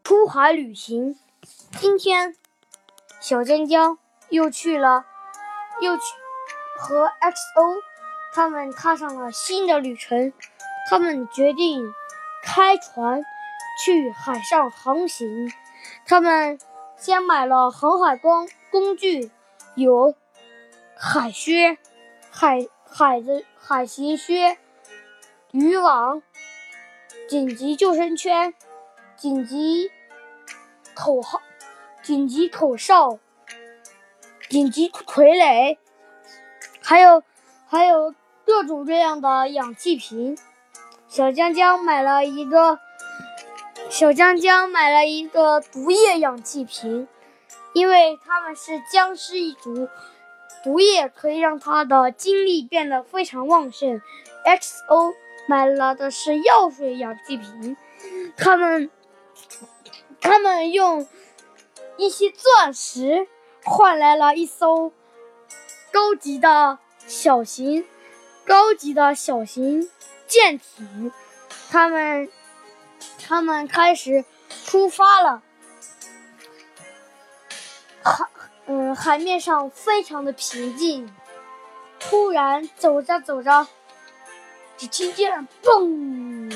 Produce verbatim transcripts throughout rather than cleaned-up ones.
出海旅行。今天，小江江又去了，又去和 X O 他们踏上了新的旅程。他们决定开船去海上航行。他们先买了航海工工具，有海靴、海海的海鞋靴、渔网、紧急救生圈、紧急口号、紧急口哨、紧急傀儡，还有还有各种各样的氧气瓶。小江江买了一个小江江买了一个毒液氧气瓶，因为他们是僵尸一族，毒液可以让他的精力变得非常旺盛。X O 买了的是药水氧气瓶，他们他们用一些钻石换来了一艘高级的小型高级的小型舰艇。他们他们开始出发了。海嗯，海面上非常的平静。突然走着走着，只听见嘣，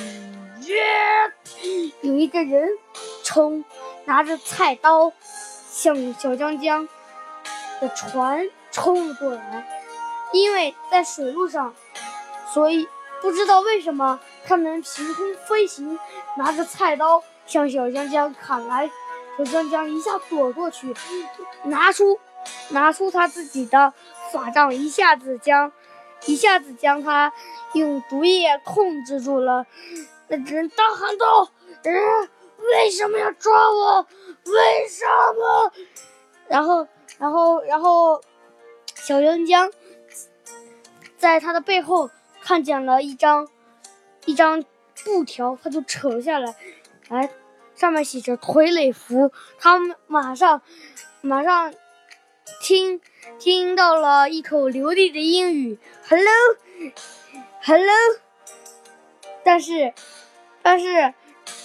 有一个人冲拿着菜刀向小江江的船冲了过来。因为在水路上，所以不知道为什么他能凭空飞行，拿着菜刀向小江江砍来。小江江一下躲过去，拿出拿出他自己的法杖，一下子将一下子将他用毒液控制住了。那人大喊道：“人为什么要抓我？为什么？”然后然后然后小江江在他的背后看见了一张一张布条，他就扯了下来，来上面写着傀儡服。他们马上马上听听到了一口流利的英语 ，Hello Hello， 但是但是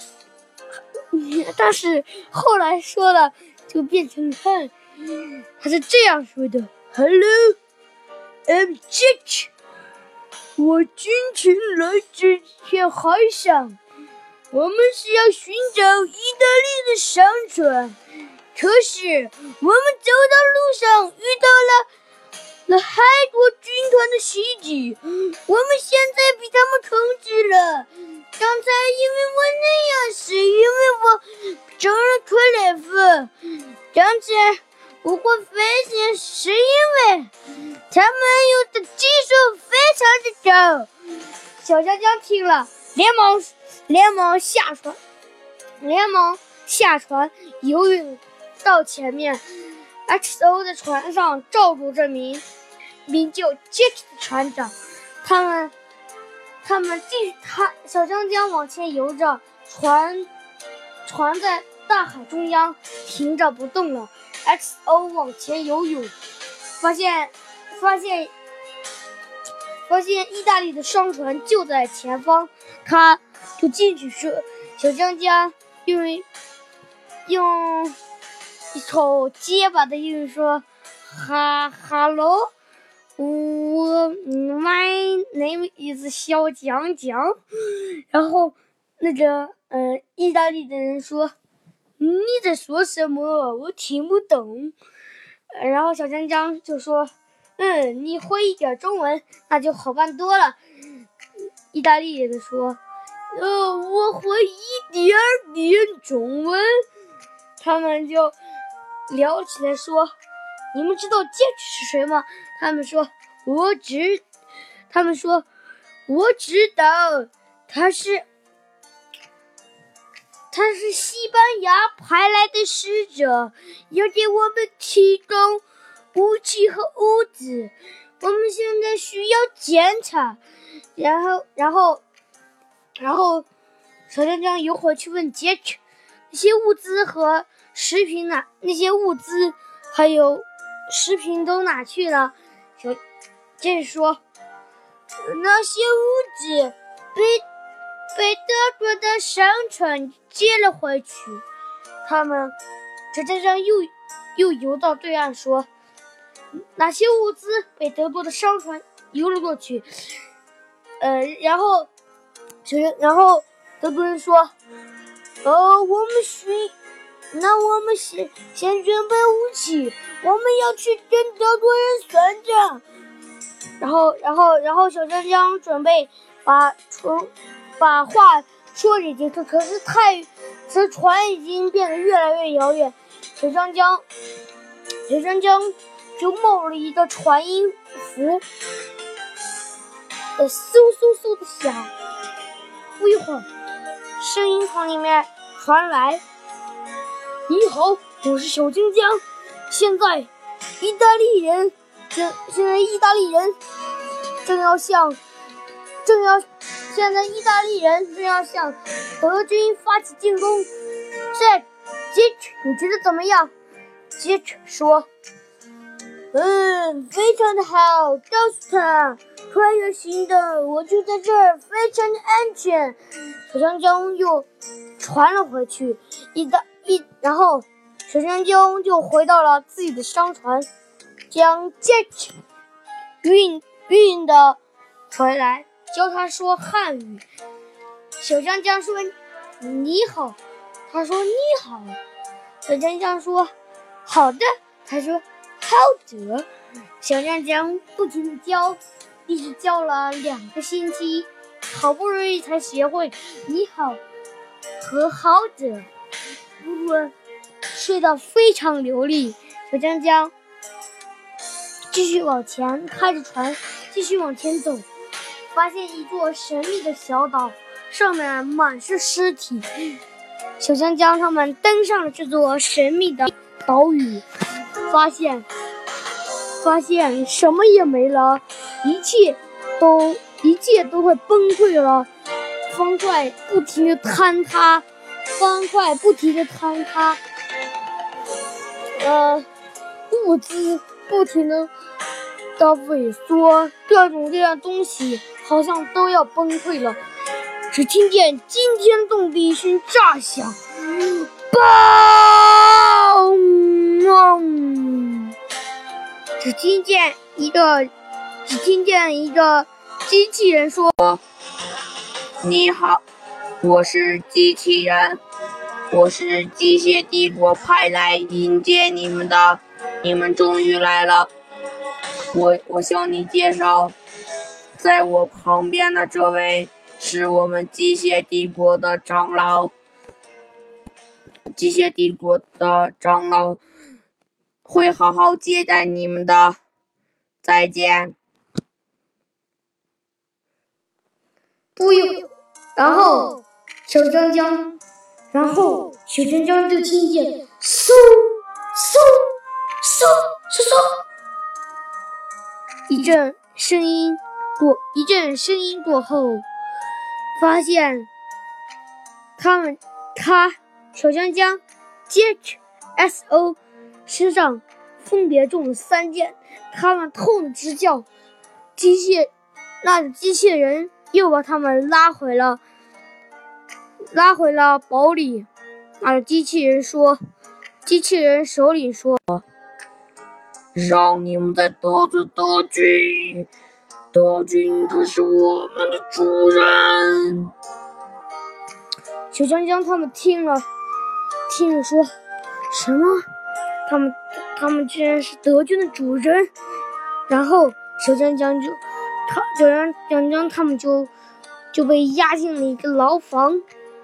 但是后来说了就变成哼，他是这样说的 ：Hello I'm Jack， 我今天来这片海上，我们是要寻找意大利的商船，可是我们走到路上遇到了了海国军团的袭击，我们现在被他们控制了。刚才因为我那样，是因为我中了傀儡服。刚才我会飞行，是因为他们有的技术非常的高。小江江听了，连忙连忙下船，连忙下船游泳到前面。X O 的船上罩住这名名叫 Jack 的船长。他们他们继续，他小江江往前游着，船船在大海中央停着不动了。X O 往前游泳，发现发现发现意大利的商船就在前方，他就进去说，小江江用用一口结巴的英语说哈哈喽，我 my name is 小江江。然后那个呃意大利的人说，你在说什么？我听不懂。然后小江江就说，嗯，你会一点中文，那就好办多了。意大利人说，呃，我会一点点中文。他们就聊起来说，你们知道 Jack 是谁吗？他们说，我知，他们说，我知道，他是。他是西班牙派来的使者，要给我们提供武器和物资。我们现在需要检查。然后，然后，然后，小江江一会儿去问杰克，那些物资和食品哪？那些物资还有食品都哪去了？小杰克说，那些物资被被德国的商船接了回去。 他们小江江又又游到对岸说，那些物资被德国的商船游了过去。呃，然后，然后德国人说，呃，我们需，那我们先先准备武器，我们要去跟德国人算账。然后，然后，然后小江江准备把船把话说给杰克，可是太，这船已经变得越来越遥远。小江江，小江江就冒了一个传音符，呃，嗖嗖嗖的响。不一会儿，声音从里面传来：“你好，我是小江江。现在，意大利人，现现在意大利人正要向，正要，现在意大利人正要向德军发起进攻。这，杰克，你觉得怎么样？”杰克说：“嗯，非常的好，告诉他。穿越行的，我就在这儿，非常的安全。”小江江又传了回去，一大一，然后小江江就回到了自己的商船，将 Jack 运运的回来，教他说汉语。小江江说：“你好。”他说：“你好。”小江江说：“好的。”他说：“好的。”小江江不停地教。一直教了两个星期，好不容易才学会你好和好的，不过说得非常流利。小江江继续往前，开着船继续往前走，发现一座神秘的小岛，上面满是尸体。小江江他们登上了这座神秘的岛屿，发现发现什么也没了，一切都一切都快崩溃了，方块不停地坍塌，方块不停地坍塌，呃，物资不停地的萎缩，各种各样东西好像都要崩溃了。只听见惊天动地一声炸响，爆！只听见一个，只听见一个机器人说：“ 你好，我是机器人，我是机械帝国派来迎接你们的，你们终于来了。我我向你介绍，在我旁边的这位是我们机械帝国的长老，机械帝国的长老会好好接待你们的。再见。” 不有，然后小江江，然后小江江就听见嗖嗖嗖嗖嗖一阵声音过，一阵声音过后，发现他们他小江江 Jack S O 身上分别中了三箭，他们痛得直叫。机械那个机器人又把他们拉回了拉回了堡里。那个机器人说，机器人首领说：“ 让你们再得罪德军，德军可是我们的主人。” 小江江他们听了，听了说什么？他们他们居然是德军的主人。然后小江江就他小江江江他们就就被押进了一个牢房。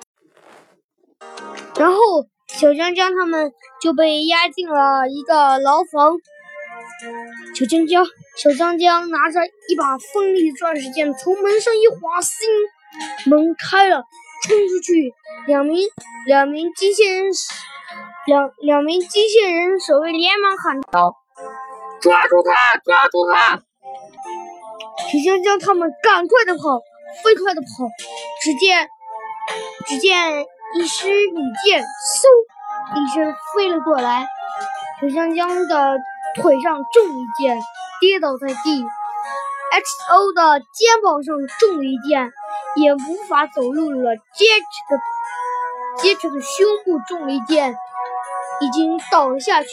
然后小江江他们就被押进了一个牢房。小江江小江江拿着一把锋利的钻石剑，从门上一划，心门开了，冲出去。两名两名机械人两两名机械人守卫连忙喊道：“ 抓住他！抓住他！” 小江江他们赶快的跑，飞快的跑。只见只见一支羽箭嗖一声飞了过来，小江江的腿上中一箭，跌倒在地。X O 的肩膀上中了一箭，也无法走路了。Jack 的杰克的胸部中了一箭，已经倒了下去。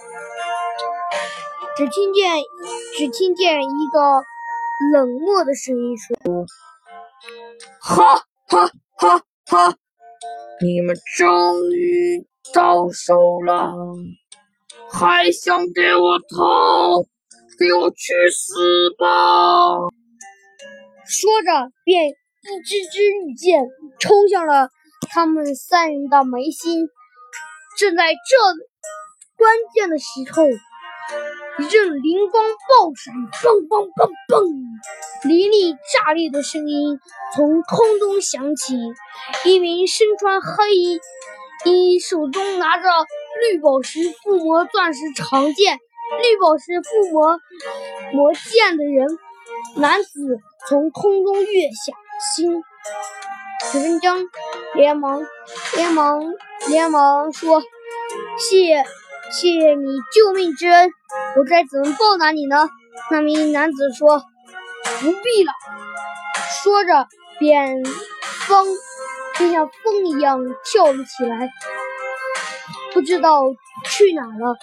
只听见，只听见一个冷漠的声音说：“ 哈哈哈哈！你们终于到手了，还想给我逃？给我去死吧！” 说着，便一支支利箭冲向了他们三人的眉心。正在这关键的时候，一阵灵光爆闪，嘣嘣嘣嘣，凌厉炸裂的声音从空中响起。一名身穿黑衣、衣手中拿着绿宝石附魔钻石长剑、绿宝石附魔魔剑的人男子从空中跃下，心石真江连忙连忙连忙说：“谢谢谢谢你救命之恩，我该怎么报答你呢？”那名男子说：“不必了。”说着便风就像风一样跳了起来，不知道去哪了。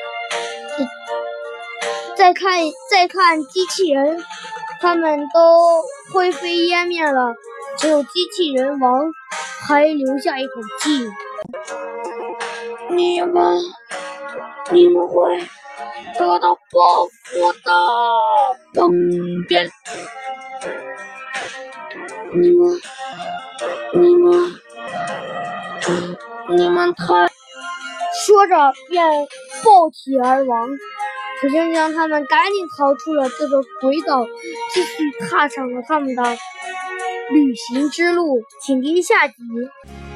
再看再看机器人，他们都灰飞烟灭了，只有机器人王还留下一口气。 你们，你们会得到报复的！崩变！你们，你们，你们太…… 说着便爆体而亡。可真将他们赶紧逃出了这个鬼岛，继续踏上了他们的旅行之路。请听下集。